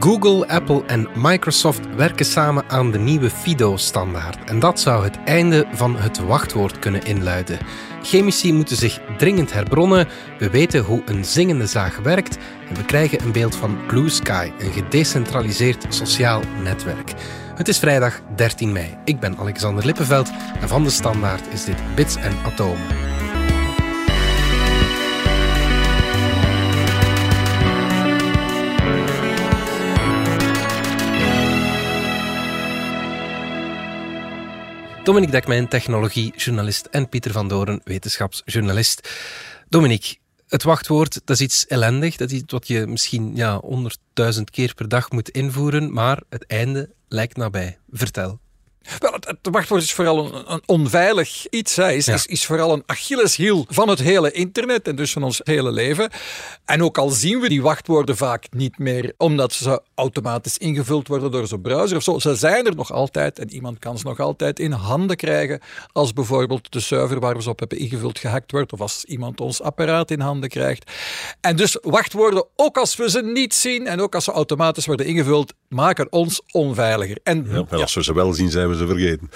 Google, Apple en Microsoft werken samen aan de nieuwe FIDO-standaard. En dat zou het einde van het wachtwoord kunnen inluiden. Chemici moeten zich dringend herbronnen. We weten hoe een zingende zaag werkt. En we krijgen een beeld van Blue Sky, een gedecentraliseerd sociaal netwerk. Het is vrijdag 13 mei. Ik ben Alexander Lippenveld en van de Standaard is dit Bits en Atomen. Dominique Dekmijn, technologiejournalist en Pieter van Doorn, wetenschapsjournalist. Dominique, het wachtwoord, dat is iets ellendig. Dat is iets wat je misschien 100.000 keer per dag moet invoeren, maar het einde lijkt nabij. Vertel. Wel, het wachtwoord is vooral een onveilig iets. Is vooral een Achilleshiel van het hele internet en dus van ons hele leven. En ook al zien we die wachtwoorden vaak niet meer, omdat ze automatisch ingevuld worden door zo'n browser of zo. Ze zijn er nog altijd en iemand kan ze nog altijd in handen krijgen als bijvoorbeeld de server waar we ze op hebben ingevuld gehackt wordt of als iemand ons apparaat in handen krijgt. En dus wachtwoorden, ook als we ze niet zien en ook als ze automatisch worden ingevuld, maken ons onveiliger. En als we ze wel zien, zijn we ze vergeten.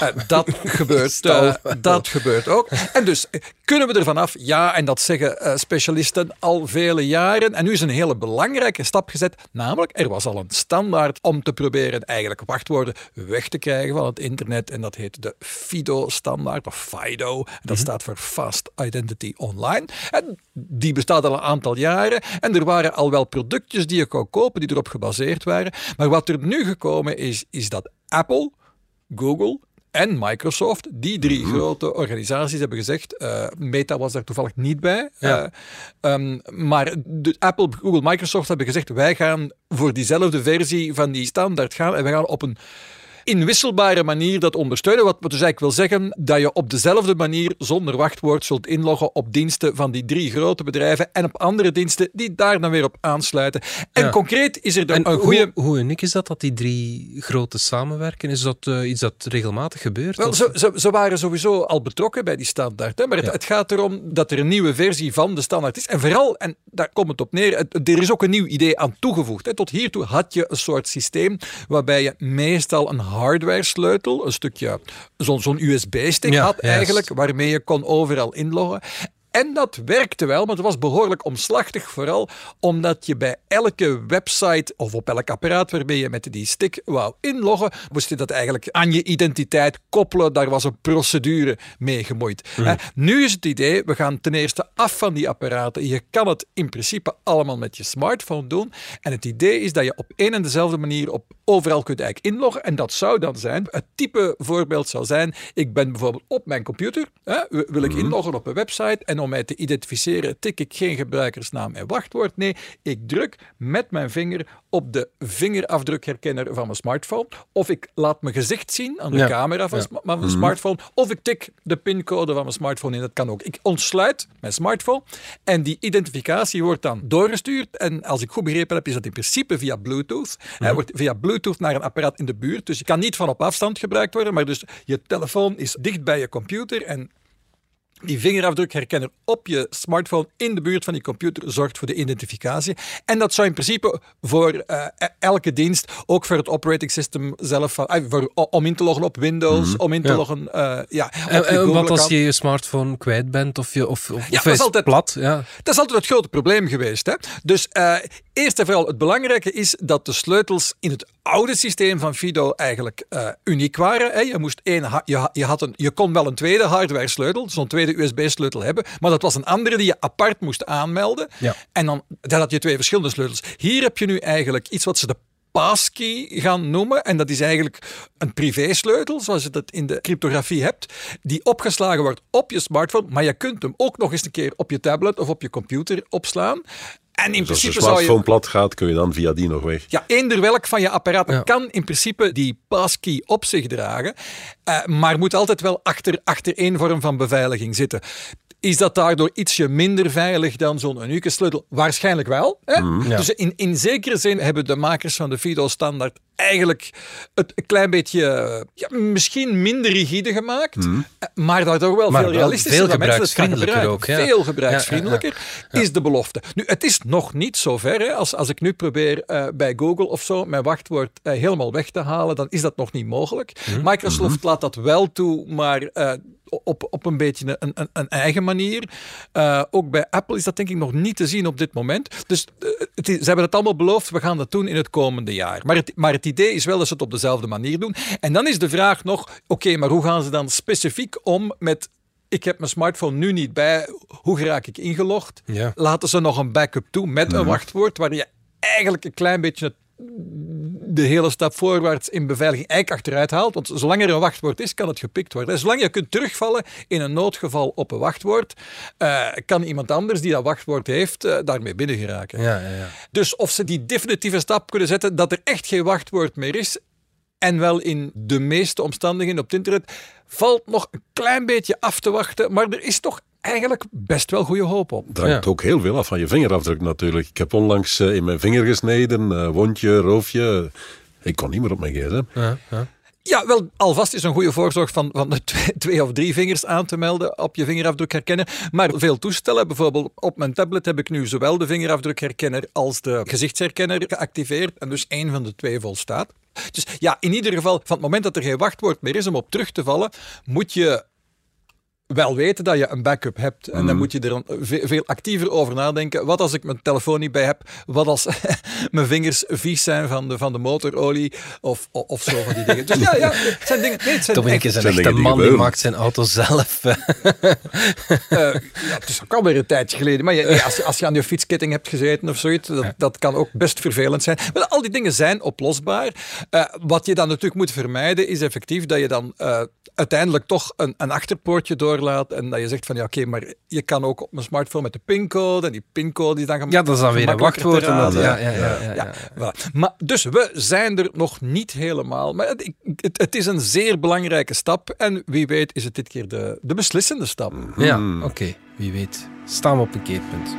Dat gebeurt ook. En dus kunnen we er vanaf? Ja, en dat zeggen specialisten al vele jaren. En nu is een hele belangrijke stap gezet. Namelijk, er was al een standaard om te proberen eigenlijk wachtwoorden weg te krijgen van het internet. En dat heet de FIDO-standaard, of FIDO. Dat staat voor Fast Identity Online. En die bestaat al een aantal jaren. En er waren al wel productjes die je kon kopen die erop gebaseerd waren. Maar wat er nu gekomen is dat Apple, Google en Microsoft, die drie grote organisaties, hebben gezegd, Meta was daar toevallig niet bij, maar Apple, Google, Microsoft hebben gezegd, wij gaan voor diezelfde versie van die standaard gaan en wij gaan op een inwisselbare manier dat ondersteunen. Wat dus eigenlijk wil zeggen dat je op dezelfde manier zonder wachtwoord zult inloggen op diensten van die drie grote bedrijven en op andere diensten die daar dan weer op aansluiten. En concreet is er dan een goede... Hoe uniek is dat die drie grote samenwerken? Is dat iets dat regelmatig gebeurt? Wel, ze waren sowieso al betrokken bij die standaard. Hè? Maar het gaat erom dat er een nieuwe versie van de standaard is. En vooral, en daar komt het op neer, er is ook een nieuw idee aan toegevoegd. Hè? Tot hiertoe had je een soort systeem waarbij je meestal een hardware-sleutel, een stukje, zo'n USB-stick had eigenlijk, waarmee je kon overal inloggen. En dat werkte wel, maar het was behoorlijk omslachtig, vooral omdat je bij elke website of op elk apparaat waarmee je met die stick wou inloggen, moest je dat eigenlijk aan je identiteit koppelen. Daar was een procedure mee gemoeid. Nu is het idee, we gaan ten eerste af van die apparaten. Je kan het in principe allemaal met je smartphone doen. En het idee is dat je op één en dezelfde manier overal kunt eigenlijk inloggen. En dat zou dan zijn, het type voorbeeld zou zijn, ik ben bijvoorbeeld op mijn computer, wil ik inloggen op een website en om mij te identificeren tik ik geen gebruikersnaam en wachtwoord. Nee, ik druk met mijn vinger op de vingerafdrukherkenner van mijn smartphone. Of ik laat mijn gezicht zien aan de camera van mijn smartphone. Of ik tik de pincode van mijn smartphone in. Dat kan ook. Ik ontsluit mijn smartphone en die identificatie wordt dan doorgestuurd. En als ik goed begrepen heb, is dat in principe via Bluetooth. Hij wordt via Bluetooth naar een apparaat in de buurt. Dus je kan niet van op afstand gebruikt worden, maar dus je telefoon is dicht bij je computer en die vingerafdrukherkenner op je smartphone in de buurt van die computer zorgt voor de identificatie. En dat zou in principe voor elke dienst, ook voor het operating system zelf, om in te loggen op Windows, om in te loggen wat als je je smartphone kwijt bent of hij is altijd plat? Ja. Dat is altijd het grote probleem geweest. Hè? Dus eerst en vooral het belangrijke is dat de sleutels in het oude systeem van FIDO eigenlijk uniek waren. Hè? Je kon wel een tweede hardware sleutel, zo'n tweede USB-sleutel hebben, maar dat was een andere die je apart moest aanmelden. Ja. En dan had je twee verschillende sleutels. Hier heb je nu eigenlijk iets wat ze de passkey gaan noemen. En dat is eigenlijk een privésleutel, zoals je dat in de cryptografie hebt, die opgeslagen wordt op je smartphone, maar je kunt hem ook nog eens een keer op je tablet of op je computer opslaan. En in dus als je smartphone plat gaat, kun je dan via die nog weg. Ja, eender welk van je apparaten kan in principe die passkey op zich dragen, maar moet altijd wel achter één vorm van beveiliging zitten. Is dat daardoor ietsje minder veilig dan zo'n unieke sleutel? Waarschijnlijk wel. Hè? Dus in zekere zin hebben de makers van de FIDO-standaard eigenlijk het een klein beetje, misschien minder rigide gemaakt, maar daardoor wel veel realistischer. Veel dat mensen het gaan gebruiksvriendelijker gebruiken. ook. Ja. Veel gebruiksvriendelijker is de belofte. Nu, het is nog niet zo ver. Hè. Als ik nu probeer bij Google of zo mijn wachtwoord helemaal weg te halen, dan is dat nog niet mogelijk. Microsoft laat dat wel toe, maar op een beetje een eigen manier. Ook bij Apple is dat denk ik nog niet te zien op dit moment. Dus ze hebben het allemaal beloofd, we gaan dat doen in het komende jaar. Maar het idee is wel dat ze het op dezelfde manier doen. En dan is de vraag nog, oké, maar hoe gaan ze dan specifiek om met... Ik heb mijn smartphone nu niet bij. Hoe geraak ik ingelogd? Ja. Laten ze nog een backup toe met een wachtwoord waar je eigenlijk een klein beetje de hele stap voorwaarts in beveiliging eigenlijk achteruit haalt. Want zolang er een wachtwoord is, kan het gepikt worden. En zolang je kunt terugvallen in een noodgeval op een wachtwoord, kan iemand anders die dat wachtwoord heeft, daarmee binnen geraken. Ja. Dus of ze die definitieve stap kunnen zetten dat er echt geen wachtwoord meer is, en wel in de meeste omstandigheden op het internet, valt nog een klein beetje af te wachten, maar er is toch eigenlijk best wel goede hoop op. Het hangt ook heel veel af van je vingerafdruk natuurlijk. Ik heb onlangs in mijn vinger gesneden, wondje, roofje. Ik kon niet meer op mijn gsm. Ja, wel, alvast is een goede voorzorg van de 2 of 3 vingers aan te melden op je vingerafdruk herkennen. Maar veel toestellen, bijvoorbeeld op mijn tablet heb ik nu zowel de vingerafdrukherkenner als de gezichtsherkenner geactiveerd en dus 1 van de 2 volstaat. Dus ja, in ieder geval, van het moment dat er geen wachtwoord meer is om op terug te vallen, moet je wel weten dat je een backup hebt. En dan moet je er dan veel actiever over nadenken. Wat als ik mijn telefoon niet bij heb? Wat als mijn vingers vies zijn van de motorolie? Of zo van die dingen. Dus ja, het zijn dingen... Nee, het zijn Dominique is een zijn echte dingen die man, die gebeuren. maakt zijn auto zelf. het is ook alweer een tijdje geleden. Maar als je aan je fietsketting hebt gezeten of zoiets, dat kan ook best vervelend zijn. Maar al die dingen zijn oplosbaar. Wat je dan natuurlijk moet vermijden, is effectief dat je dan uiteindelijk toch een achterpoortje doorlaat en dat je zegt van oké, maar je kan ook op mijn smartphone met de pincode en die pincode is dan Ja, dat is dan weer een wachtwoord. Voilà. Maar dus we zijn er nog niet helemaal. Maar het is een zeer belangrijke stap en wie weet is het dit keer de beslissende stap. Ja, oké. Wie weet. Staan we op een keerpunt.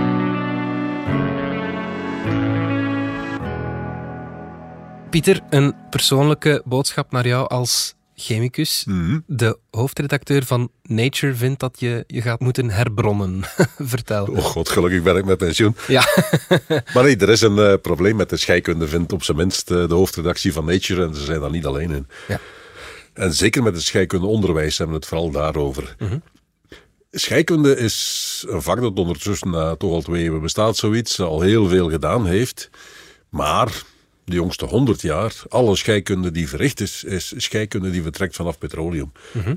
Pieter, een persoonlijke boodschap naar jou als chemicus. De hoofdredacteur van Nature vindt dat je gaat moeten herbronnen. Vertel. Oh god, gelukkig ben ik met pensioen. Ja. Maar nee, er is een probleem met de scheikunde, vindt op zijn minst de hoofdredactie van Nature. En ze zijn daar niet alleen in. Ja. En zeker met het scheikundeonderwijs hebben we het vooral daarover. Scheikunde is een vak dat ondertussen na toch al 2 eeuwen bestaat, zoiets, al heel veel gedaan heeft. Maar de jongste 100 jaar, alle scheikunde die verricht is scheikunde die vertrekt vanaf petroleum.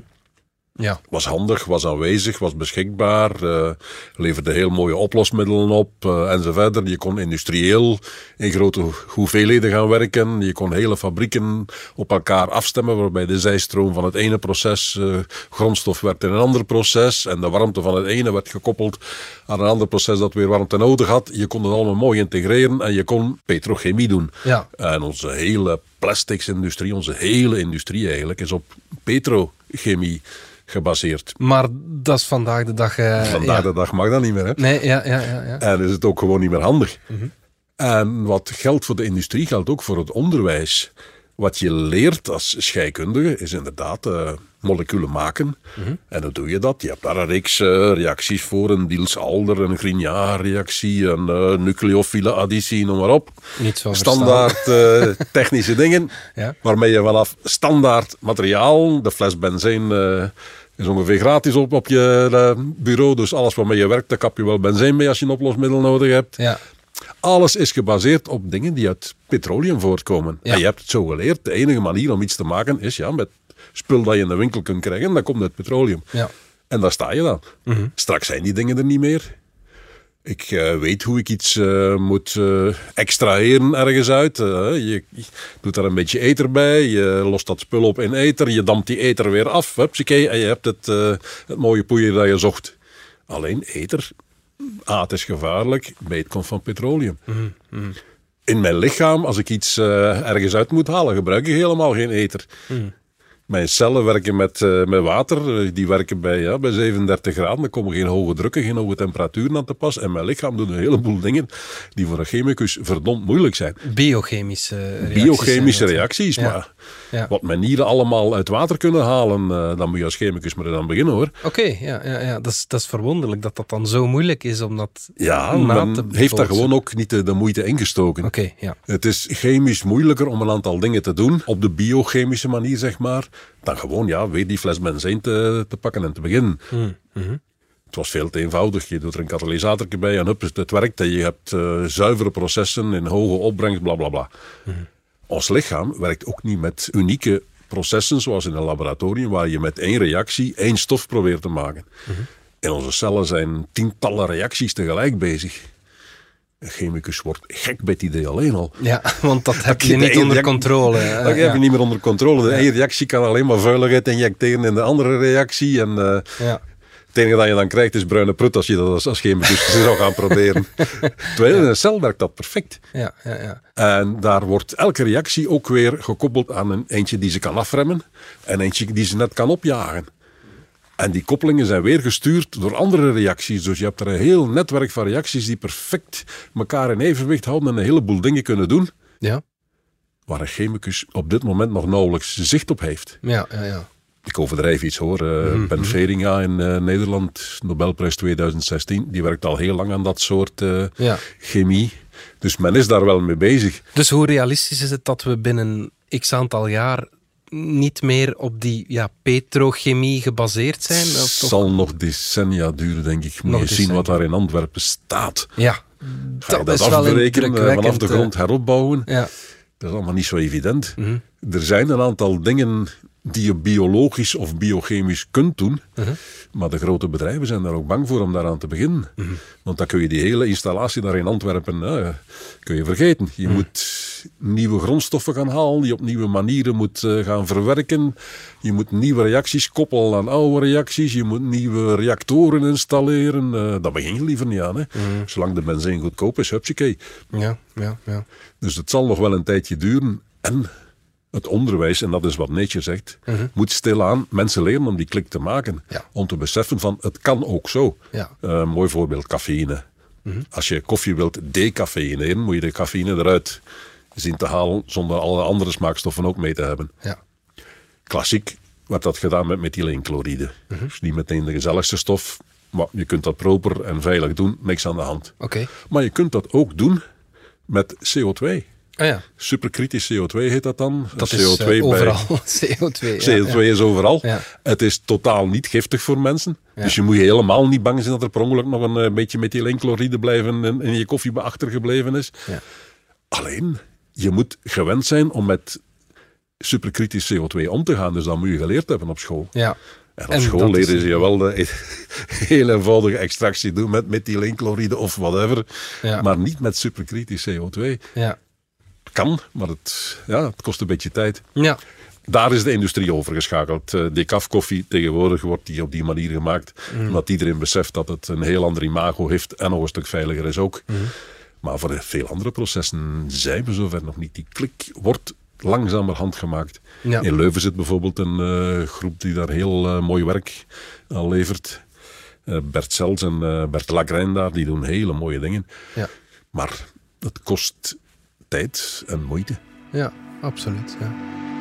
Ja. Was handig, was aanwezig, was beschikbaar, leverde heel mooie oplosmiddelen op enzovoort. Je kon industrieel in grote hoeveelheden gaan werken. Je kon hele fabrieken op elkaar afstemmen, waarbij de zijstroom van het ene proces grondstof werd in een ander proces. En de warmte van het ene werd gekoppeld aan een ander proces dat weer warmte nodig had. Je kon het allemaal mooi integreren en je kon petrochemie doen. Ja. En onze hele plasticsindustrie, onze hele industrie eigenlijk, is op petrochemie gebaseerd. Maar dat is vandaag de dag... Vandaag de dag mag dat niet meer. Hè? Nee, ja. En is het ook gewoon niet meer handig. En wat geldt voor de industrie, geldt ook voor het onderwijs. Wat je leert als scheikundige is inderdaad moleculen maken. En hoe doe je dat? Je hebt daar een reeks reacties voor. Een Diels-Alder, een Grignard-reactie, een nucleofiele additie, noem maar op. Niet zo Standaard technische dingen, waarmee je vanaf standaard materiaal, de fles benzine is ongeveer gratis op je bureau. Dus alles waarmee je werkt, daar kap je wel benzine mee als je een oplosmiddel nodig hebt. Ja. Alles is gebaseerd op dingen die uit petroleum voortkomen. Ja. En je hebt het zo geleerd. De enige manier om iets te maken is met spul dat je in de winkel kunt krijgen. Dat komt uit petroleum. Ja. En daar sta je dan. Straks zijn die dingen er niet meer. Ik weet hoe ik iets moet extraheren ergens uit. Je doet daar een beetje ether bij. Je lost dat spul op in ether. Je dampt die ether weer af. Hupsakee, en je hebt het mooie poeier dat je zocht. Alleen ether... het is gevaarlijk. B, het komt van petroleum. In mijn lichaam, als ik iets ergens uit moet halen, gebruik ik helemaal geen ether. Mijn cellen werken met water. Die werken bij 37 graden. Er komen geen hoge drukken, geen hoge temperaturen aan te pas. En mijn lichaam doet een heleboel dingen die voor een chemicus verdomd moeilijk zijn. Biochemische reacties. Ja. Maar wat mijn nieren allemaal uit water kunnen halen, dan moet je als chemicus maar aan beginnen, hoor. Oké, ja. Dat is verwonderlijk dat dan zo moeilijk is om dat men heeft daar gewoon ook niet de moeite ingestoken. Oké, ja. Het is chemisch moeilijker om een aantal dingen te doen, op de biochemische manier, zeg maar, dan gewoon weer die fles benzine te pakken en te beginnen. Mm-hmm. Het was veel te eenvoudig. Je doet er een katalysator bij en het werkt. En je hebt zuivere processen in hoge opbrengst, blablabla. Mm-hmm. Ons lichaam werkt ook niet met unieke processen zoals in een laboratorium, waar je met één reactie één stof probeert te maken. Mm-hmm. In onze cellen zijn tientallen reacties tegelijk bezig. Een chemicus wordt gek bij het idee alleen al. Ja, want dat heb je niet onder controle. Dat heb je niet meer onder controle. De ene reactie kan alleen maar vuiligheid injecteren in de andere reactie. En het enige dat je dan krijgt is bruine prut als je dat als chemicus zou gaan proberen. Terwijl in een cel werkt dat perfect. Ja. En daar wordt elke reactie ook weer gekoppeld aan een eentje die ze kan afremmen en eentje die ze net kan opjagen. En die koppelingen zijn weer gestuurd door andere reacties. Dus je hebt er een heel netwerk van reacties die perfect elkaar in evenwicht houden en een heleboel dingen kunnen doen. Ja. Waar een chemicus op dit moment nog nauwelijks zicht op heeft. Ja. Ik overdrijf iets, hoor. Ben Veringa in Nederland, Nobelprijs 2016, die werkt al heel lang aan dat soort chemie. Dus men is daar wel mee bezig. Dus hoe realistisch is het dat we binnen x aantal jaar niet meer op die petrochemie gebaseerd zijn? Het zal nog decennia duren, denk ik. Moet je zien wat daar in Antwerpen staat. Ja, Ga je dat afbreken, vanaf de grond heropbouwen? Ja. Dat is allemaal niet zo evident. Mm-hmm. Er zijn een aantal dingen die je biologisch of biochemisch kunt doen. Uh-huh. Maar de grote bedrijven zijn daar ook bang voor om daaraan te beginnen. Uh-huh. Want dan kun je die hele installatie daar in Antwerpen kun je vergeten. Je moet nieuwe grondstoffen gaan halen, die op nieuwe manieren moet gaan verwerken. Je moet nieuwe reacties koppelen aan oude reacties. Je moet nieuwe reactoren installeren. Dat begin je liever niet aan. Hè? Uh-huh. Zolang de benzine goedkoop is, hupsakee. Ja. Dus het zal nog wel een tijdje duren. En het onderwijs, en dat is wat Nature zegt, moet stilaan mensen leren om die klik te maken. Ja. Om te beseffen van, het kan ook zo. Ja. Mooi voorbeeld, cafeïne. Als je koffie wilt decafeïneren, moet je de cafeïne eruit zien te halen, zonder alle andere smaakstoffen ook mee te hebben. Ja. Klassiek werd dat gedaan met methyleenchloride. Dus niet meteen de gezelligste stof, maar je kunt dat proper en veilig doen, niks aan de hand. Okay. Maar je kunt dat ook doen met CO2. Ah, ja. Superkritisch CO2 heet dat dan. Dat CO2 is overal. CO2 is overal. Ja. Het is totaal niet giftig voor mensen. Ja. Dus je moet helemaal niet bang zijn dat er per ongeluk nog een beetje methyleenchloride blijven in je koffie achtergebleven is. Ja. Alleen, je moet gewend zijn om met superkritisch CO2 om te gaan. Dus dat moet je geleerd hebben op school. Ja. En op school leren ze je wel de heel eenvoudige extractie doen met methyleenchloride of whatever. Ja. Maar niet met superkritisch CO2. Ja. Kan, maar het kost een beetje tijd. Ja. Daar is de industrie over geschakeld. Decaf koffie tegenwoordig wordt die op die manier gemaakt. Omdat iedereen beseft dat het een heel ander imago heeft en nog een stuk veiliger is ook. Maar voor veel andere processen zijn we zover nog niet. Die klik wordt langzamerhand gemaakt. Ja. In Leuven zit bijvoorbeeld een groep die daar heel mooi werk aan levert. Bert Sels en Bert Lagrijn daar, die doen hele mooie dingen. Ja. Maar het kost tijd en moeite. Ja, absoluut. Ja.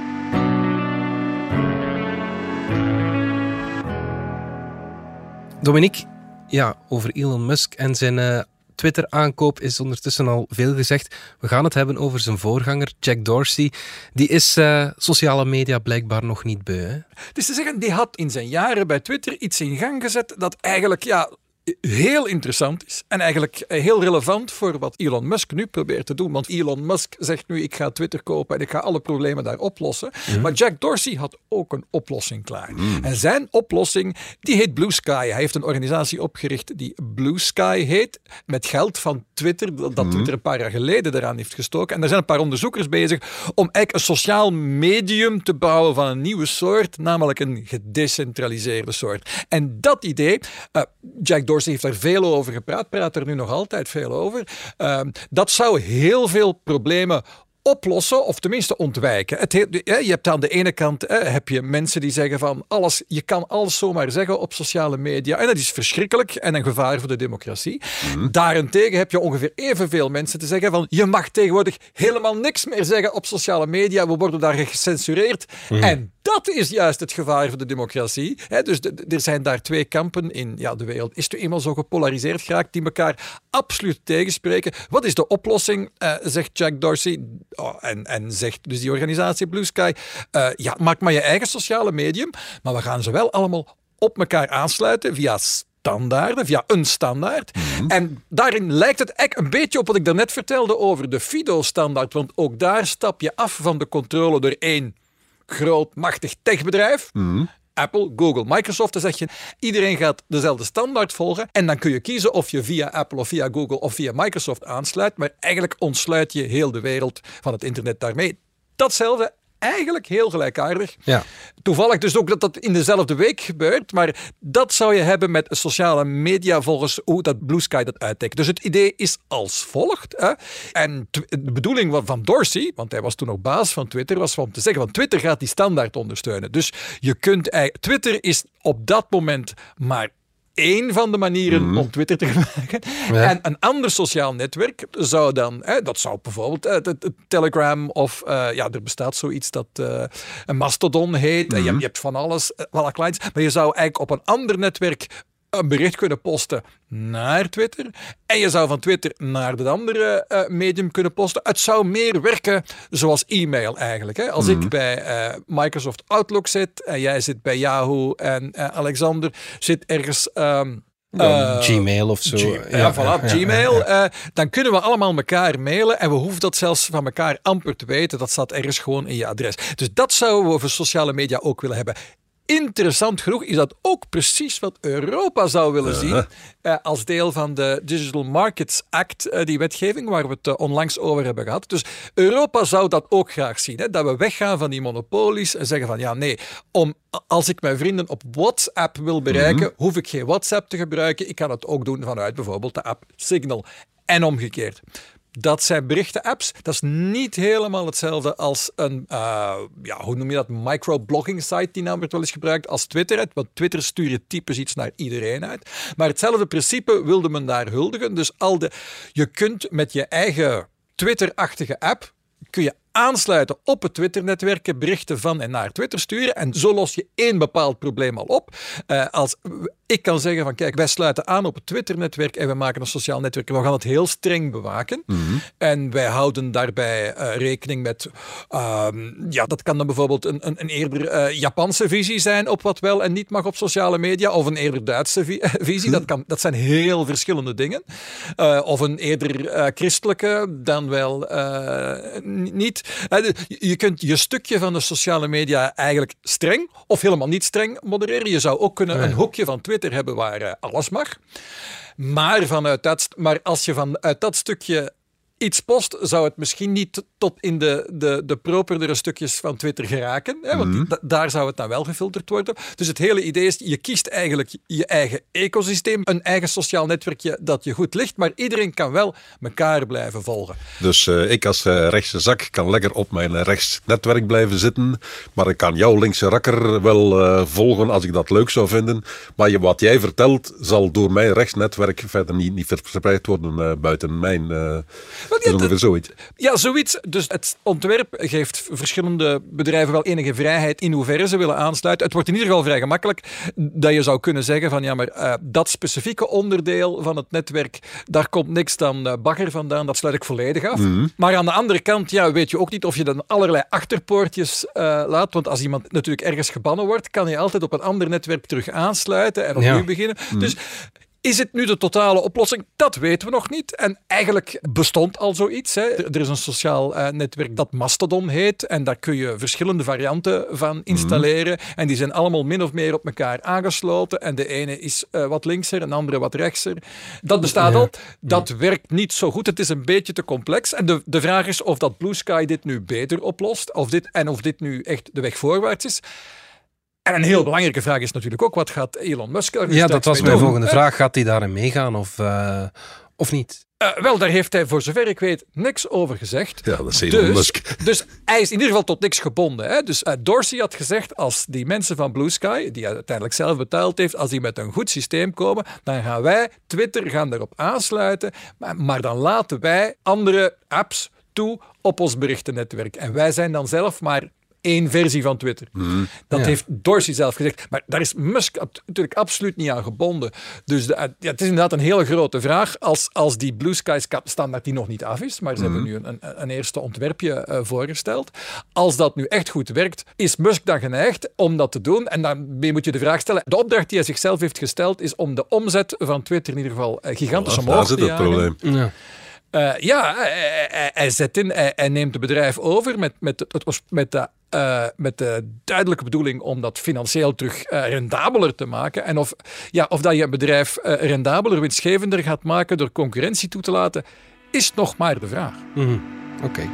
Dominique, over Elon Musk en zijn Twitter-aankoop is ondertussen al veel gezegd. We gaan het hebben over zijn voorganger, Jack Dorsey. Die is sociale media blijkbaar nog niet beu. Hè? Dus te zeggen, die had in zijn jaren bij Twitter iets in gang gezet dat eigenlijk heel interessant is en eigenlijk heel relevant voor wat Elon Musk nu probeert te doen. Want Elon Musk zegt nu, ik ga Twitter kopen en ik ga alle problemen daar oplossen. Maar Jack Dorsey had ook een oplossing klaar. En zijn oplossing, die heet Blue Sky. Hij heeft een organisatie opgericht die Blue Sky heet, met geld van Twitter, dat Twitter een paar jaar geleden eraan heeft gestoken. En er zijn een paar onderzoekers bezig om eigenlijk een sociaal medium te bouwen van een nieuwe soort, namelijk een gedecentraliseerde soort. En dat idee, Jack Dorsey heeft daar veel over gepraat, praat er nu nog altijd veel over. Dat zou heel veel problemen oplossen of tenminste ontwijken. Je hebt aan de ene kant heb je mensen die zeggen van je kan alles zomaar zeggen op sociale media en dat is verschrikkelijk en een gevaar voor de democratie. Daarentegen heb je ongeveer evenveel mensen te zeggen van je mag tegenwoordig helemaal niks meer zeggen op sociale media, we worden daar gecensureerd en dat is juist het gevaar voor de democratie. Dus er zijn daar twee kampen in. Ja, de wereld is nu eenmaal zo gepolariseerd geraakt die elkaar absoluut tegenspreken. Wat is de oplossing, zegt Jack Dorsey en zegt dus die organisatie Blue Sky. Maak maar je eigen sociale medium, maar we gaan ze wel allemaal op elkaar aansluiten via standaarden, via een standaard. En daarin lijkt het eigenlijk een beetje op wat ik daarnet vertelde over de FIDO-standaard, want ook daar stap je af van de controle door één groot, machtig techbedrijf. Apple, Google, Microsoft. Dan zeg je, iedereen gaat dezelfde standaard volgen en dan kun je kiezen of je via Apple of via Google of via Microsoft aansluit, maar eigenlijk ontsluit je heel de wereld van het internet daarmee. Datzelfde, eigenlijk heel gelijkaardig. Ja. Toevallig dus ook dat in dezelfde week gebeurt, maar dat zou je hebben met sociale media volgens hoe dat Blue Sky dat uitdekt. Dus het idee is als volgt. En de bedoeling van Dorsey, want hij was toen nog baas van Twitter, was om te zeggen van Twitter gaat die standaard ondersteunen. Dus je kunt Twitter is op dat moment maar één van de manieren om Twitter te gebruiken. Ja. En een ander sociaal netwerk zou dan, dat zou bijvoorbeeld Telegram of, er bestaat zoiets dat een Mastodon heet. Je hebt van alles, alle clients. Maar je zou eigenlijk op een ander netwerk een bericht kunnen posten naar Twitter. En je zou van Twitter naar de andere medium kunnen posten. Het zou meer werken zoals e-mail eigenlijk. Als ik bij Microsoft Outlook zit en jij zit bij Yahoo en Alexander zit ergens... Gmail of zo. Gmail. Dan kunnen we allemaal elkaar mailen en we hoeven dat zelfs van elkaar amper te weten. Dat staat ergens gewoon in je adres. Dus dat zouden we voor sociale media ook willen hebben. Interessant genoeg is dat ook precies wat Europa zou willen zien als deel van de Digital Markets Act, die wetgeving waar we het onlangs over hebben gehad. Dus Europa zou dat ook graag zien, dat we weggaan van die monopolies en zeggen van als ik mijn vrienden op WhatsApp wil bereiken, hoef ik geen WhatsApp te gebruiken. Ik kan het ook doen vanuit bijvoorbeeld de app Signal en omgekeerd. Dat zijn berichten-apps. Dat is niet helemaal hetzelfde als een, hoe noem je dat, microblogging site, die naam wordt wel eens gebruikt als Twitter. Want Twitter stuurt typisch iets naar iedereen uit. Maar hetzelfde principe wilde men daar huldigen. Dus je kunt met je eigen Twitter-achtige app, kun je aansluiten op het Twitter-netwerk, berichten van en naar Twitter sturen en zo los je één bepaald probleem al op. Als ik kan zeggen van kijk, wij sluiten aan op het Twitter-netwerk en we maken een sociaal netwerk. We gaan het heel streng bewaken. En wij houden daarbij rekening met, dat kan dan bijvoorbeeld een eerder Japanse visie zijn op wat wel en niet mag op sociale media, of een eerder Duitse visie. Dat zijn heel verschillende dingen. Of een eerder christelijke, dan wel niet. Je kunt je stukje van de sociale media eigenlijk streng of helemaal niet streng modereren. Je zou ook kunnen een hoekje van Twitter hebben waar alles mag. Maar als je vanuit dat stukje iets post, zou het misschien niet tot in de properdere stukjes van Twitter geraken. Want daar zou het dan wel gefilterd worden. Dus het hele idee is, je kiest eigenlijk je eigen ecosysteem, een eigen sociaal netwerkje dat je goed ligt, maar iedereen kan wel elkaar blijven volgen. Dus ik als rechtse zak kan lekker op mijn rechts netwerk blijven zitten, maar ik kan jouw linkse rakker wel volgen als ik dat leuk zou vinden. Maar wat jij vertelt, zal door mijn rechtsnetwerk verder niet verspreid worden buiten mijn... zoiets. Ja, zoiets. Dus het ontwerp geeft verschillende bedrijven wel enige vrijheid in hoeverre ze willen aansluiten. Het wordt in ieder geval vrij gemakkelijk dat je zou kunnen zeggen van dat specifieke onderdeel van het netwerk, daar komt niks dan bagger vandaan, dat sluit ik volledig af. Maar aan de andere kant, weet je ook niet of je dan allerlei achterpoortjes laat, want als iemand natuurlijk ergens gebannen wordt, kan je altijd op een ander netwerk terug aansluiten en opnieuw beginnen. Dus is het nu de totale oplossing? Dat weten we nog niet. En eigenlijk bestond al zoiets. Er is een sociaal netwerk dat Mastodon heet. En daar kun je verschillende varianten van installeren. En die zijn allemaal min of meer op elkaar aangesloten. En de ene is wat linkser en de andere wat rechtser. Dat bestaat al. Dat werkt niet zo goed. Het is een beetje te complex. En de vraag is of dat Blue Sky dit nu beter oplost. Of dit nu echt de weg voorwaarts is. En een heel belangrijke vraag is natuurlijk ook, wat gaat Elon Musk er dat was mijn volgende vraag. Gaat hij daarin meegaan of niet? Wel, daar heeft hij voor zover ik weet niks over gezegd. Ja, dat is Elon Musk. Dus hij is in ieder geval tot niks gebonden. Hè? Dus Dorsey had gezegd, als die mensen van Blue Sky, die hij uiteindelijk zelf betaald heeft, als die met een goed systeem komen, dan gaan wij, Twitter, gaan daarop aansluiten. Maar dan laten wij andere apps toe op ons berichtennetwerk. En wij zijn dan zelf maar één versie van Twitter. Dat heeft Dorsey zelf gezegd. Maar daar is Musk natuurlijk absoluut niet aan gebonden. Dus het is inderdaad een hele grote vraag. Als die Blue Sky standaard die nog niet af is, maar ze hebben nu een eerste ontwerpje voorgesteld. Als dat nu echt goed werkt, is Musk dan geneigd om dat te doen? En daarmee moet je de vraag stellen. De opdracht die hij zichzelf heeft gesteld is om de omzet van Twitter in ieder geval gigantisch omhoog te jagen. Daar zit het probleem. Hij zet in, hij neemt het bedrijf over met de duidelijke bedoeling om dat financieel terug rendabeler te maken. En of dat je een bedrijf rendabeler, winstgevender gaat maken door concurrentie toe te laten, is nog maar de vraag. Oké.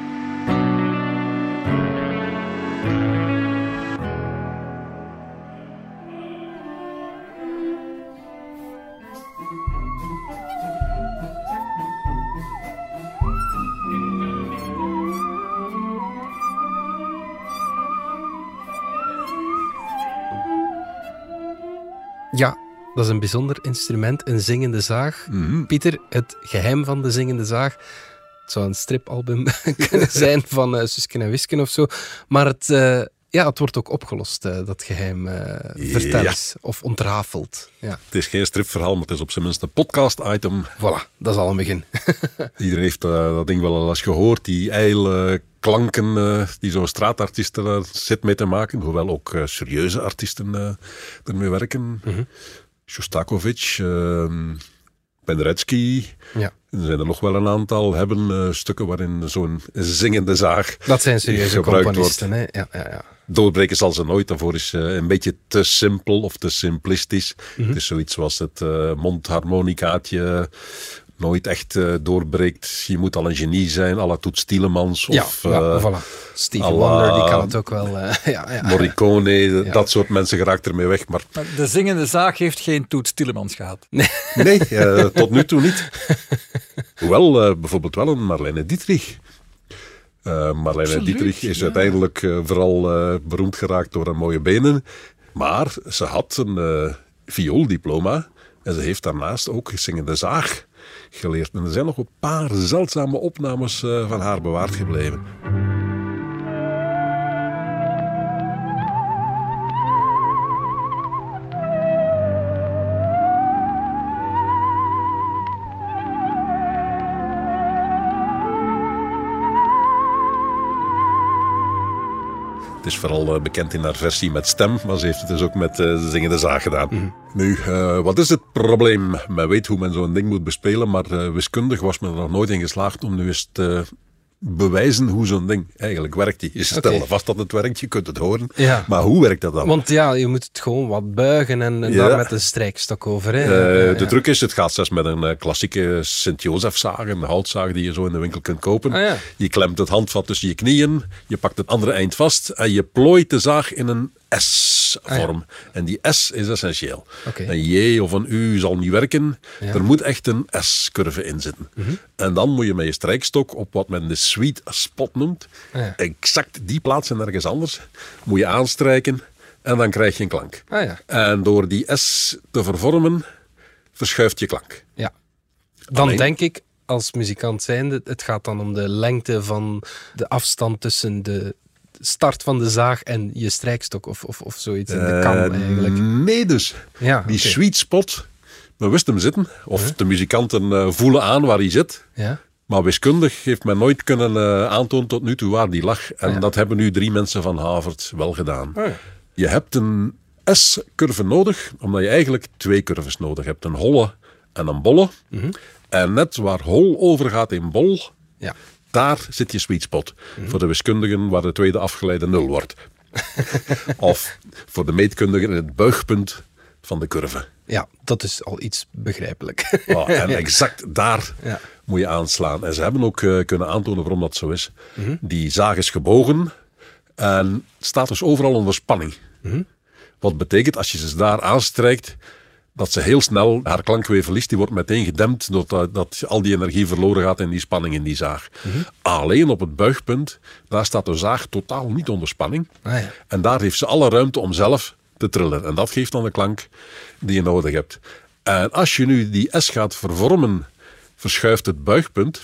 Ja, dat is een bijzonder instrument, een zingende zaag. Pieter, het geheim van de zingende zaag. Het zou een stripalbum kunnen zijn van Suske en Wiske of zo. Maar het wordt ook opgelost, dat geheim. Vertel eens, of ontrafeld. Ja. Het is geen stripverhaal, maar het is op zijn minst een podcast-item. Voilà, dat is al een begin. Iedereen heeft dat ding wel al eens gehoord. Die ijle klanken die zo'n straatartiesten zit mee te maken. Hoewel ook serieuze artiesten ermee werken. Shostakovich, Penderecki. Ja. Er zijn er nog wel een aantal. Hebben stukken waarin zo'n zingende zaag dat zijn serieuze componisten, hè? Ja. Doorbreken zal ze nooit. Daarvoor is een beetje te simpel of te simplistisch. Het is zoiets zoals het mondharmonicaatje nooit echt doorbreekt. Je moet al een genie zijn, à la Toots Thielemans. Voilà. Stevie Wonder, die kan het ook wel. Morricone, dat soort mensen geraakt ermee weg. Maar de zingende zaag heeft geen Toots Thielemans gehad. Nee, tot nu toe niet. Hoewel, bijvoorbeeld wel een Marlene Dietrich. Marlene Dietrich is uiteindelijk vooral beroemd geraakt door haar mooie benen. Maar ze had een viooldiploma. En ze heeft daarnaast ook zingende zaag geleerd. En er zijn nog een paar zeldzame opnames van haar bewaard gebleven. Het is vooral bekend in haar versie met stem, maar ze heeft het dus ook met zingende zaag gedaan. Nu, wat is het probleem? Men weet hoe men zo'n ding moet bespelen, maar wiskundig was men er nog nooit in geslaagd om nu eens te bewijzen hoe zo'n ding eigenlijk werkt. Je stelt vast dat het werkt, je kunt het horen, maar hoe werkt dat dan? Want je moet het gewoon wat buigen en daar met een strijkstok over. De truc is, het gaat zelfs met een klassieke Sint-Jozefzaag, een houtzaag die je zo in de winkel kunt kopen. Je klemt het handvat tussen je knieën, je pakt het andere eind vast en je plooit de zaag in een S-vorm. En die S is essentieel. Een J of een U zal niet werken. Er moet echt een S-curve in zitten. En dan moet je met je strijkstok op wat men de sweet spot noemt, exact die plaats en ergens anders, moet je aanstrijken en dan krijg je een klank. En door die S te vervormen, verschuift je klank. Ja. Dan denk ik, als muzikant zijnde, het gaat dan om de lengte van de afstand tussen de start van de zaag en je strijkstok of zoiets in de kam eigenlijk. Nee dus. Die sweet spot, men wist hem zitten, of de muzikanten voelen aan waar hij zit. Maar wiskundig heeft men nooit kunnen aantonen tot nu toe waar die lag. En dat hebben nu 3 mensen van Harvard wel gedaan. Je hebt een S-curve nodig, omdat je eigenlijk 2 curves nodig hebt. Een holle en een bolle. En net waar hol overgaat in bol, daar zit je sweet spot. Voor de wiskundigen waar de tweede afgeleide 0 wordt. Of voor de meetkundigen het buigpunt van de curve. Ja, dat is al iets begrijpelijk. En exact daar moet je aanslaan. En ze hebben ook kunnen aantonen waarom dat zo is. Die zaag is gebogen en staat dus overal onder spanning. Wat betekent, als je ze daar aanstrijkt, dat ze heel snel haar klank weer verliest. Die wordt meteen gedempt doordat al die energie verloren gaat in die spanning in die zaag. Alleen op het buigpunt, daar staat de zaag totaal niet onder spanning. En daar heeft ze alle ruimte om zelf te trillen. En dat geeft dan de klank die je nodig hebt. En als je nu die S gaat vervormen, verschuift het buigpunt.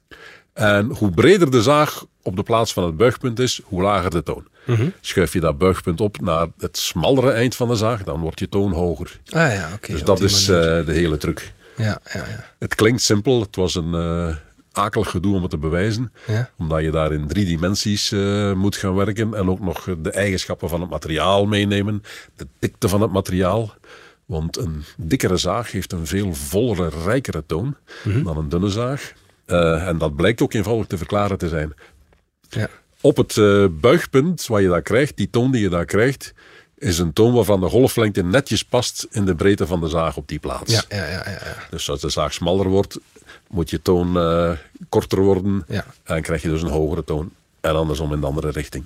En hoe breder de zaag op de plaats van het buigpunt is, hoe lager de toon. Schuif je dat buigpunt op naar het smallere eind van de zaag, dan wordt je toon hoger. Dus dat is de hele truc. Ja. Het klinkt simpel, het was een akelig gedoe om het te bewijzen. Omdat je daar in 3 dimensies moet gaan werken en ook nog de eigenschappen van het materiaal meenemen. De dikte van het materiaal. Want een dikkere zaag heeft een veel vollere, rijkere toon dan een dunne zaag. En dat blijkt ook eenvoudig te verklaren te zijn. Ja. Op het buigpunt wat je daar krijgt, die toon die je daar krijgt, is een toon waarvan de golflengte netjes past in de breedte van de zaag op die plaats. Ja. Dus als de zaag smaller wordt, moet je toon korter worden en krijg je dus een hogere toon. En andersom in de andere richting.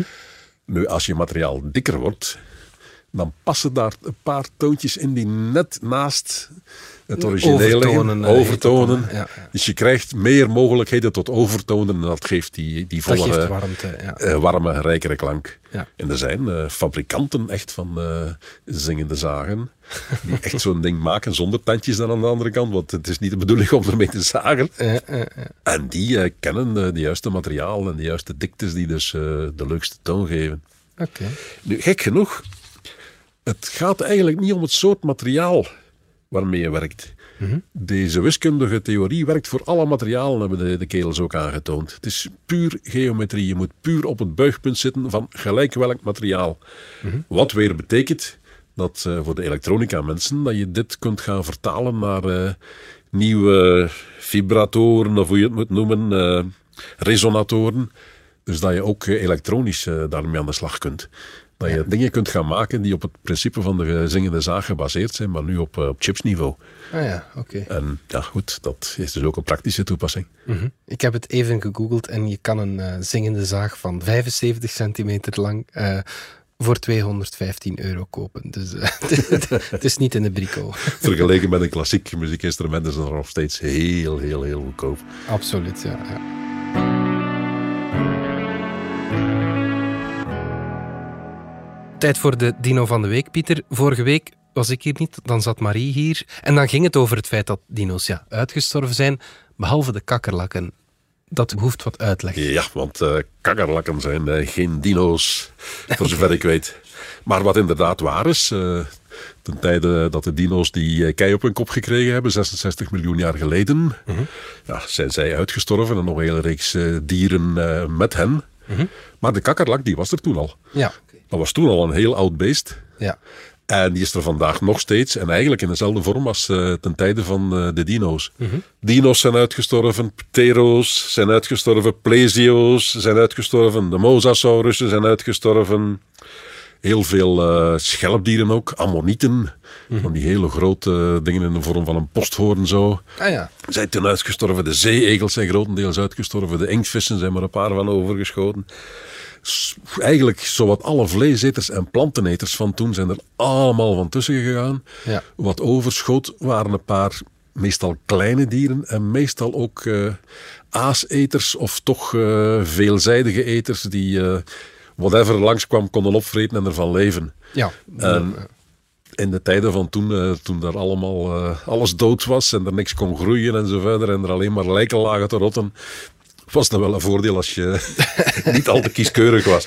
Nu, als je materiaal dikker wordt, dan passen daar een paar toontjes in die net naast het originele overtonen. Dus je krijgt meer mogelijkheden tot overtonen en dat geeft die volle, warme, rijkere klank. En er zijn fabrikanten echt van zingende zagen die echt zo'n ding maken zonder tandjes dan aan de andere kant, want het is niet de bedoeling om ermee te zagen. En die kennen de juiste materiaal en de juiste diktes die dus de leukste toon geven. Nu, gek genoeg, het gaat eigenlijk niet om het soort materiaal waarmee je werkt. Deze wiskundige theorie werkt voor alle materialen, hebben de kerels ook aangetoond. Het is puur geometrie. Je moet puur op het buigpunt zitten van gelijk welk materiaal. Wat weer betekent dat voor de elektronica mensen, dat je dit kunt gaan vertalen naar nieuwe vibratoren, of hoe je het moet noemen, resonatoren. Dus dat je ook elektronisch daarmee aan de slag kunt. Dat je dingen kunt gaan maken die op het principe van de zingende zaag gebaseerd zijn, maar nu op chipsniveau. En ja, goed, dat is dus ook een praktische toepassing. Ik heb het even gegoogeld en je kan een zingende zaag van 75 centimeter lang voor €215 kopen. Dus het is niet in de brico. Vergeleken met een klassiek muziekinstrument is dat nog steeds heel goedkoop. Absoluut, ja. Tijd voor de dino van de week, Pieter. Vorige week was ik hier niet, dan zat Marie hier. En dan ging het over het feit dat dino's uitgestorven zijn, behalve de kakkerlakken. Dat behoeft wat uitleg. Ja, want kakkerlakken zijn geen dino's, voor zover ik weet. Maar wat inderdaad waar is, ten tijde dat de dino's die kei op hun kop gekregen hebben, 66 miljoen jaar geleden, zijn zij uitgestorven en nog een hele reeks dieren met hen. Maar de kakkerlak, die was er toen al. Dat was toen al een heel oud beest. En die is er vandaag nog steeds. En eigenlijk in dezelfde vorm als ten tijde van de dino's. Dino's zijn uitgestorven, ptero's zijn uitgestorven, plesio's zijn uitgestorven, de mosasaurussen zijn uitgestorven. Heel veel schelpdieren ook, ammonieten. Van die hele grote dingen in de vorm van een posthoorn zo. Zijn toen uitgestorven. De zeeegels zijn grotendeels uitgestorven. De inktvissen zijn maar een paar van overgeschoten. Eigenlijk zowat alle vleeseters en planteneters van toen zijn er allemaal van tussen gegaan. Wat overschoot waren een paar meestal kleine dieren en meestal ook aaseters of toch veelzijdige eters die whatever langskwam konden opvreten en ervan leven. En in de tijden van toen daar allemaal alles dood was en er niks kon groeien en zo verder en er alleen maar lijken lagen te rotten, was dat wel een voordeel als je niet al te kieskeurig was.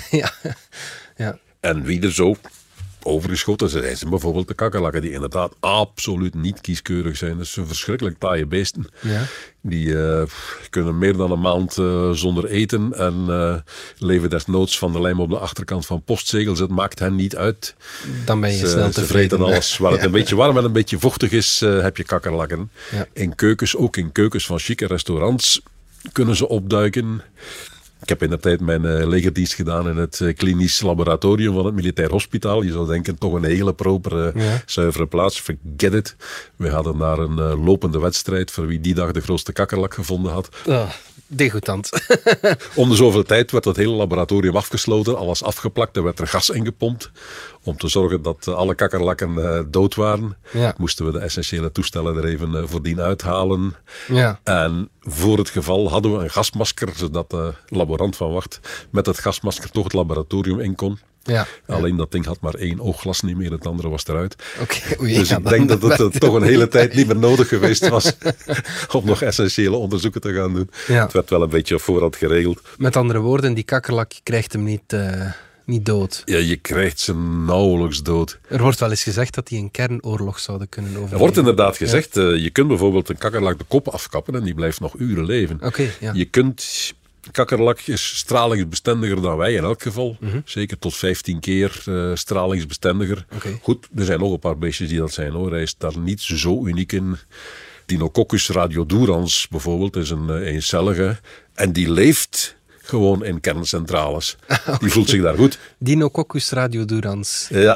En wie er zo overgeschoten zijn bijvoorbeeld de kakkerlakken, die inderdaad absoluut niet kieskeurig zijn. Dat zijn verschrikkelijk taaie beesten. Die kunnen meer dan een maand zonder eten en leven desnoods van de lijm op de achterkant van postzegels. Het maakt hen niet uit. Dan ben je snel tevreden. Ze vreten alles. Waar het een beetje warm en een beetje vochtig is, heb je kakkerlakken. In keukens, ook in keukens van chique restaurants, kunnen ze opduiken. Ik heb indertijd mijn legerdienst gedaan in het klinisch laboratorium van het militair hospitaal. Je zou denken, toch een hele propere, zuivere plaats. Forget it. We hadden daar een lopende wedstrijd voor wie die dag de grootste kakkerlak gevonden had. Degoutant. Om de zoveel tijd werd het hele laboratorium afgesloten, alles afgeplakt en werd er gas ingepompt. Om te zorgen dat alle kakkerlakken dood waren, moesten we de essentiële toestellen er even voordien uithalen. Ja. En voor het geval hadden we een gasmasker, zodat de laborant van wacht met het gasmasker toch het laboratorium in kon. Ja. Alleen dat ding had maar 1 oogglas niet meer, het andere was eruit. Oei, dus ik denk dat het toch een hele tijd niet meer nodig geweest was om nog essentiële onderzoeken te gaan doen. Ja. Het werd wel een beetje op voorhand geregeld. Met andere woorden, die kakkerlak krijgt hem niet dood. Ja, je krijgt ze nauwelijks dood. Er wordt wel eens gezegd dat die een kernoorlog zouden kunnen overleven. Er wordt inderdaad gezegd, je kunt bijvoorbeeld een kakkerlak de kop afkappen en die blijft nog uren leven. Je kunt... Kakkerlak is stralingsbestendiger dan wij in elk geval. Zeker tot 15 keer stralingsbestendiger. Goed, er zijn nog een paar beestjes die dat zijn hoor. Hij is daar niet zo uniek in. Dinococcus radiodurans bijvoorbeeld is een eencellige. En die leeft gewoon in kerncentrales. Die voelt zich daar goed. Dinococcus radiodurans. Ja.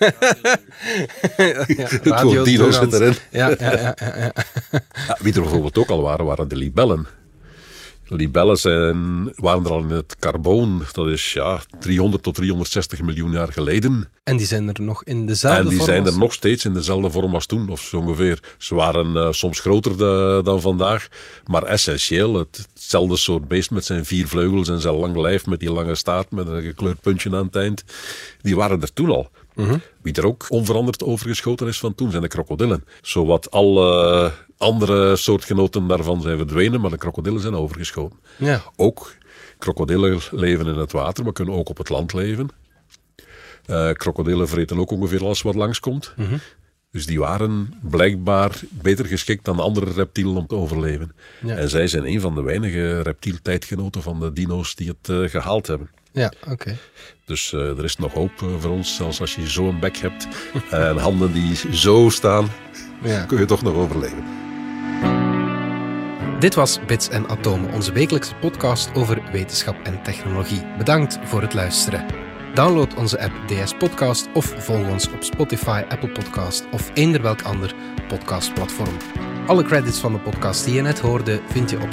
Het woord dino zit erin. Ja. Wie er bijvoorbeeld ook al waren de libellen. Libellen waren er al in het carboon, dat is 300 tot 360 miljoen jaar geleden. En die zijn er nog in dezelfde vorm? En die zijn er nog steeds in dezelfde vorm als toen, of zo ongeveer. Ze waren soms groter dan vandaag, maar essentieel hetzelfde soort beest met zijn 4 vleugels en zijn lang lijf met die lange staart met een gekleurd puntje aan het eind. Die waren er toen al. Wie er ook onveranderd overgeschoten is van toen zijn de krokodillen. Zowat alle andere soortgenoten daarvan zijn verdwenen, maar de krokodillen zijn overgeschoten. Ja. Ook krokodillen leven in het water, maar kunnen ook op het land leven. Krokodillen vreten ook ongeveer alles wat langskomt. Dus die waren blijkbaar beter geschikt dan de andere reptielen om te overleven. Ja. En zij zijn een van de weinige reptieltijdgenoten van de dino's die het gehaald hebben. Ja, oké. Dus er is nog hoop voor ons, zelfs als je zo'n bek hebt en handen die zo staan, kun je toch nog overleven. Dit was Bits en Atomen, onze wekelijkse podcast over wetenschap en technologie. Bedankt voor het luisteren. Download onze app DS Podcast of volg ons op Spotify, Apple Podcast of eender welk ander podcastplatform. Alle credits van de podcast die je net hoorde vind je op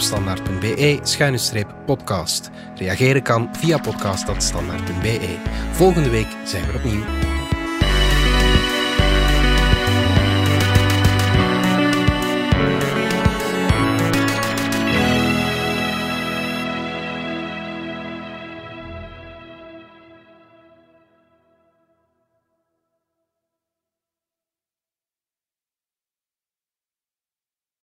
standaard.be/podcast. Reageren kan via podcast@standaard.be. Volgende week zijn we opnieuw.